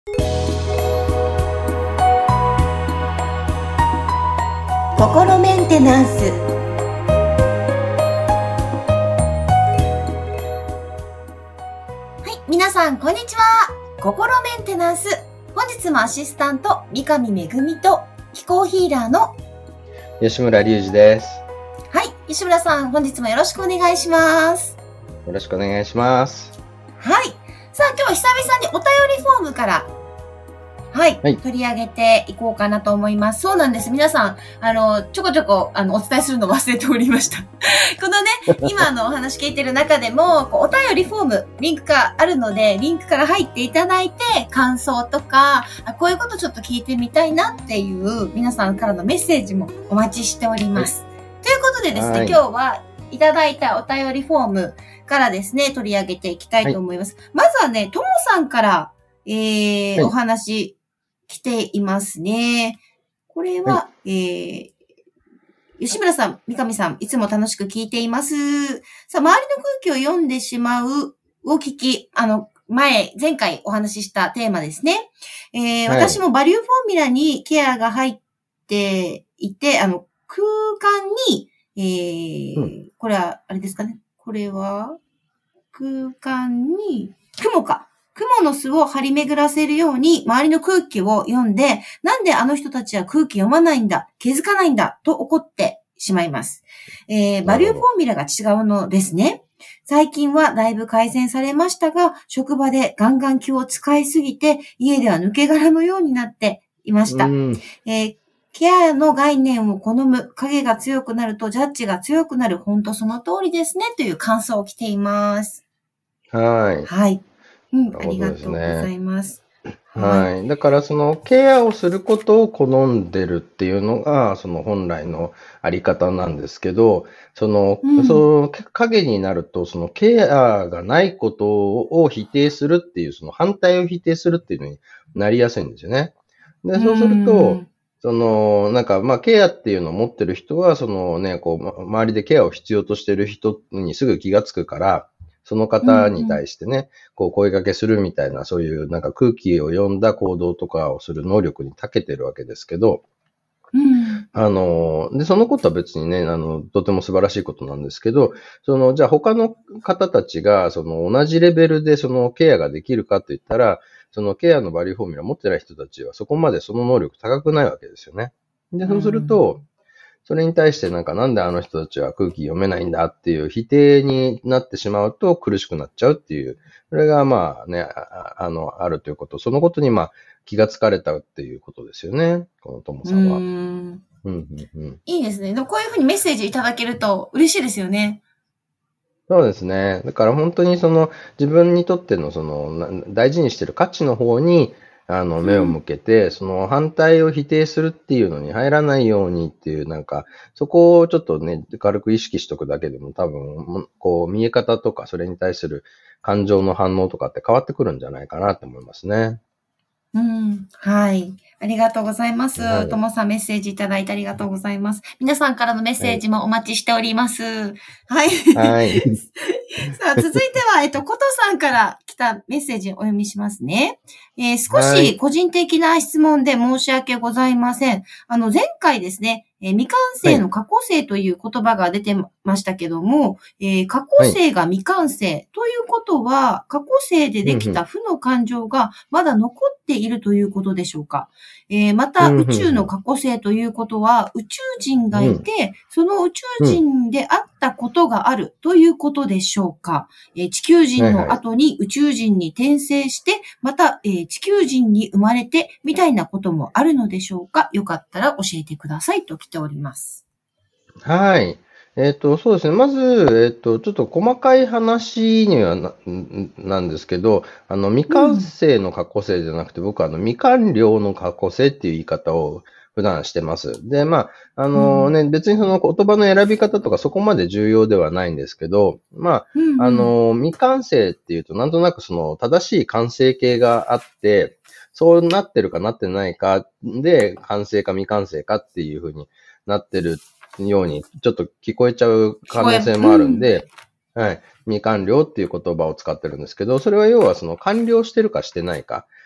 心メンテナンス。はい、皆さんこんにちは。心メンテナンス。本日もアシスタント三上恵と気候ヒーラーの吉村隆二です。 はい、吉村さん本日もよろしくお願いします。 よろしくお願いします。 はい。さあ今日は久々にお便りフォームからはい、取り上げていこうかなと思います。そうなんです。皆さん、ちょこちょこ、お伝えするの忘れておりました。このね、今のお話聞いてる中でも、お便りフォーム、リンクがあるので、リンクから入っていただいて、感想とか、こういうことちょっと聞いてみたいなっていう、皆さんからのメッセージもお待ちしております。ということでですね、今日はいただいたお便りフォームからですね、取り上げていきたいと思います。まずはね、ともさんから、お話、来ていますね。これは、吉村さん、三上さん、いつも楽しく聞いています。さあ、周りの空気を読んでしまうを聞き、前回お話ししたテーマですね。私もバリューフォーミュラにケアが入っていて、空間に、これは、あれですかね。これは、空間に、雲の巣を張り巡らせるように周りの空気を読んで、なんであの人たちは空気読まないんだ、気づかないんだ、と怒ってしまいます。バリューフォーミュラが違うのですね。最近はだいぶ改善されましたが、職場でガンガン気を使いすぎて、家では抜け殻のようになっていました。ケアの概念を好む、影が強くなるとジャッジが強くなる、本当その通りですね、という感想を来ています。 はい。 はい。ありがとうございます。 はい。だからそのケアをすることを好んでるっていうのが、その本来のあり方なんですけど、その影になると、そのケアがないことを否定するっていう、その反対を否定するっていうのになりやすいんですよね。で、そうすると、ケアっていうのを持ってる人は、周りでケアを必要としてる人にすぐ気がつくから、その方に対してね、声掛けするみたいな、そういう空気を読んだ行動とかをする能力に長けてるわけですけど、で、そのことは別にね、とても素晴らしいことなんですけど、じゃあ他の方たちが、同じレベルでケアができるかって言ったら、ケアのバリューフォーミュラ持ってない人たちはそこまでその能力高くないわけですよね。で、そうすると、それに対してなんであの人たちは空気読めないんだっていう否定になってしまうと苦しくなっちゃうっていう、それがあるということ、そのことに気がつかれたっていうことですよね、この友さんは。 いいですね。でもこういうふうにメッセージいただけると嬉しいですよね。 そうですね。だから本当に自分にとっての大事にしている価値の方に目を向けて、その反対を否定するっていうのに入らないようにっていう、そこをちょっとね、軽く意識しとくだけでも多分、見え方とか、それに対する感情の反応とかって変わってくるんじゃないかなと思いますね。 はい。ありがとうございます。ともさんメッセージいただいてありがとうございます。皆さんからのメッセージもお待ちしております。はい。 はい。 さあ、続いては、ことさんから来たメッセージをお読みしますね。少し個人的な質問で申し訳ございません。前回ですね、未完成の過去性という言葉が出てましたけども、過去性が未完成ということは、過去性でできた負の感情がまだ残っているということでしょうか。また、宇宙の過去性ということは、宇宙人がいて、その宇宙人であったことがあるということでしょうか。地球人の後に宇宙人に転生して、また、地球人に生まれて、みたいなこともあるのでしょうか。よかったら教えてくださいと来ております。 はい。そうですね。まず、ちょっと細かい話にはなんですけど、未完成の過去性じゃなくて、僕は未完了の過去性っていう言い方を普段してます。で、別にその言葉の選び方とかそこまで重要ではないんですけど、未完成っていうと、なんとなく正しい完成形があって、そうなってるかなってないかで、完成か未完成かっていうふうになってるように、ちょっと聞こえちゃう可能性もあるんで、はい。未完了っていう言葉を使ってるんですけど、それは要は完了してるかしてないか。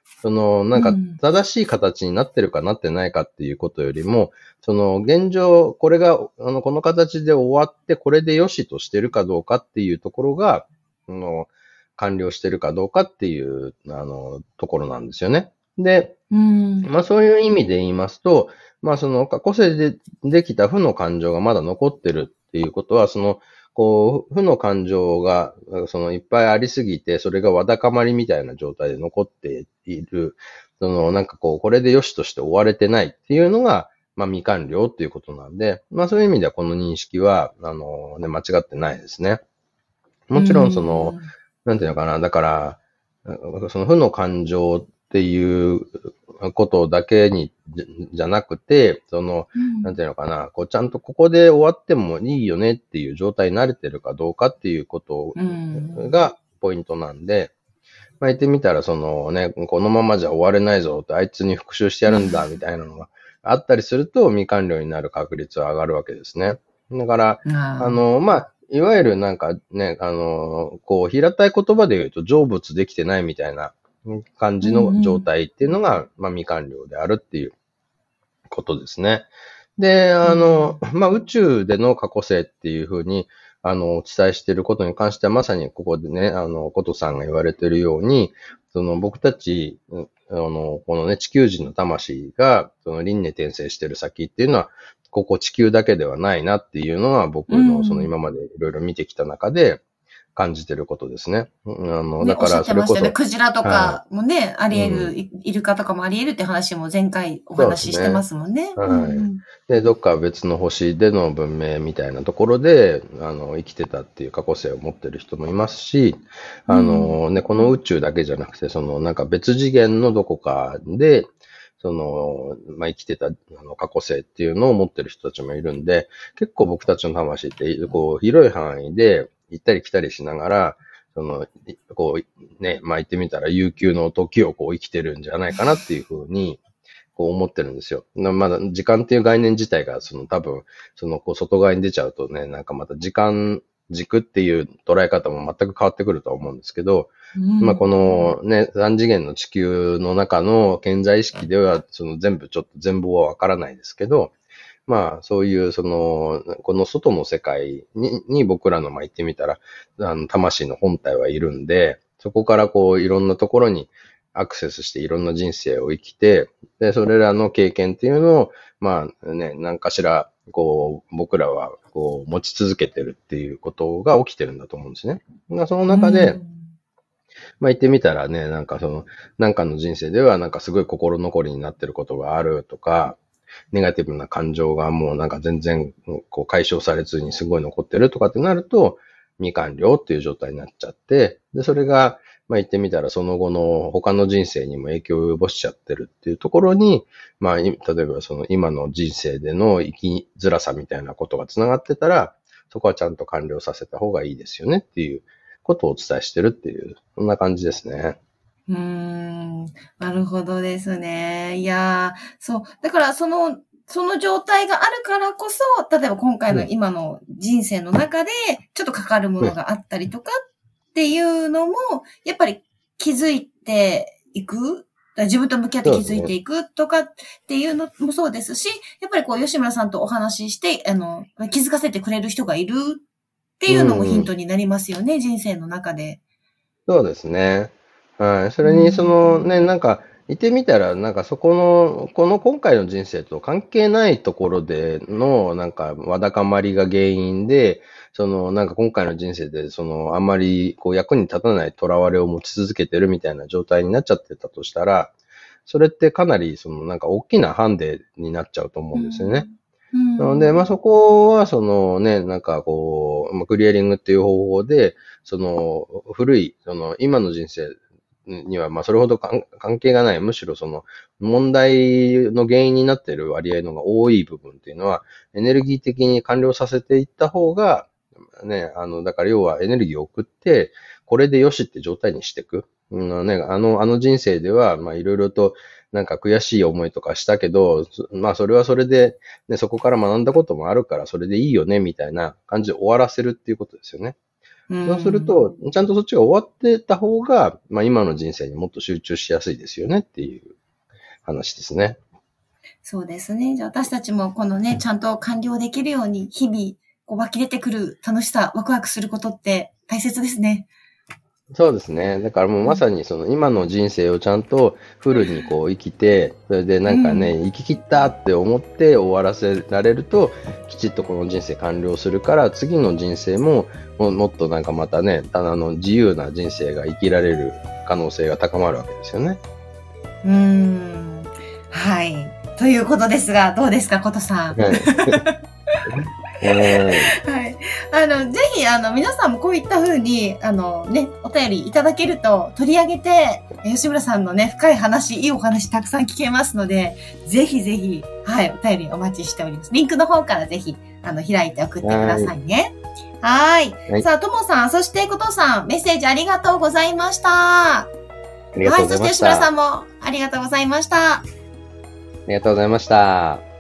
なんか正しい形になってるかなってないかっていうことよりも、現状、これが、この形で終わって、これで良しとしてるかどうかっていうところが、完了してるかどうかっていう、ところなんですよね。で、まあそういう意味で言いますと、まあ過去世でできた負の感情がまだ残ってるっていうことは、負の感情が、いっぱいありすぎて、それがわだかまりみたいな状態で残っている、これで良しとして終われてないっていうのが、まあ未完了っていうことなんで、まあそういう意味ではこの認識は、間違ってないですね。もちろんなんていうのかな、だから、負の感情っていうことだけにじゃなくて、なんていうのかな、ちゃんとここで終わってもいいよねっていう状態に慣れてるかどうかっていうことがポイントなんで、まあ、言ってみたら、このままじゃ終われないぞって、あいつに復讐してやるんだみたいなのがあったりすると、未完了になる確率は上がるわけですね。だから、まあ、いわゆるなんかね、平たい言葉で言うと成仏できてないみたいな感じの状態っていうのが、まあ未完了であるっていうことですね。で、まあ宇宙での過去性っていうふうに、お伝えしていることに関しては、まさにここでね、ことさんが言われているように、僕たち、このね、地球人の魂が、輪廻転生してる先っていうのは、ここ地球だけではないなっていうのは、僕の今までいろいろ見てきた中で感じてることですね。 だからそれこそ。クジラとかもね、あり得る、イルカとかもあり得るって話も前回お話ししてますもんね。 はい。で、どっか別の星での文明みたいなところで、生きてたっていう過去性を持ってる人もいますし、この宇宙だけじゃなくて、なんか別次元のどこかで、まあ、生きてた過去性っていうのを持ってる人たちもいるんで、結構僕たちの魂って、広い範囲で行ったり来たりしながら、まあ、言ってみたら悠久の時を生きてるんじゃないかなっていうふうに、思ってるんですよ。まだ時間っていう概念自体が、多分、外側に出ちゃうとね、なんかまた時間軸っていう捉え方も全く変わってくるとは思うんですけど、まあこのね、3次元の地球の中の顕在意識では、全部ちょっと全貌はわからないですけど、まあそういう、この外の世界に僕らの、まあ言ってみたら、魂の本体はいるんで、そこからいろんなところにアクセスしていろんな人生を生きて、で、それらの経験っていうのを、まあね、何かしら、僕らは、持ち続けてるっていうことが起きてるんだと思うんですね。その中で、まあ言ってみたらね、なんかなんかの人生ではなんかすごい心残りになってることがあるとか、ネガティブな感情がもうなんか全然解消されずにすごい残ってるとかってなると、未完了っていう状態になっちゃって、で、それが、まあ言ってみたらその後の他の人生にも影響を及ぼしちゃってるっていうところに、まあ、例えば今の人生での生きづらさみたいなことが繋がってたら、そこはちゃんと完了させた方がいいですよねっていうことをお伝えしてるっていう、そんな感じですね。 なるほどですね。いやそう。だからその状態があるからこそ、例えば今回の今の人生の中で、ちょっとかかるものがあったりとかっていうのも、やっぱり気づいていく。自分と向き合って気づいていくとかっていうのもそうですし、やっぱり吉村さんとお話しして、気づかせてくれる人がいるっていうのもヒントになりますよね、人生の中で。 そうですね。はい。それに、なんか、いてみたら、なんかこの今回の人生と関係ないところでの、なんか、わだかまりが原因で、なんか今回の人生で、あんまり、役に立たない囚われを持ち続けてるみたいな状態になっちゃってたとしたら、それってかなり、なんか大きなハンデになっちゃうと思うんですよね。なので、まあ、そこは、なんかクリアリングっていう方法で、古い、今の人生には、まあ、それほど関係がない、むしろ問題の原因になっている割合のが多い部分っていうのは、エネルギー的に完了させていった方が、ね、だから要はエネルギーを送って、これでよしって状態にしていく。あの人生では、まあ、いろいろと、なんか悔しい思いとかしたけど、まあそれはそれで、ね、そこから学んだこともあるからそれでいいよねみたいな感じで終わらせるっていうことですよね。 そうすると、ちゃんとそっちが終わってた方が、まあ今の人生にもっと集中しやすいですよねっていう話ですね。 そうですね。じゃあ私たちもこのね、ちゃんと完了できるように、日々、湧き出てくる楽しさ、ワクワクすることって大切ですね。 そうですね。だからもうまさにその今の人生をちゃんとフルにこう生きて、それでなんかね、生き切ったって思って終わらせられると、きちっとこの人生完了するから、次の人生ももっとなんかまたね、自由な人生が生きられる可能性が高まるわけですよね。 はい。ということですが、どうですか、ことさん。はい。はい。ぜひ、皆さんもこういった風に、お便りいただけると取り上げて、吉村さんのね、深い話、いいお話たくさん聞けますので、ぜひぜひ、はい、お便りお待ちしております。リンクの方からぜひ、開いて送ってくださいね。はい。さあ、ともさん、そしてことさん、メッセージありがとうございました。 ありがとうございました。 はい、そして吉村さんもありがとうございました。 ありがとうございました。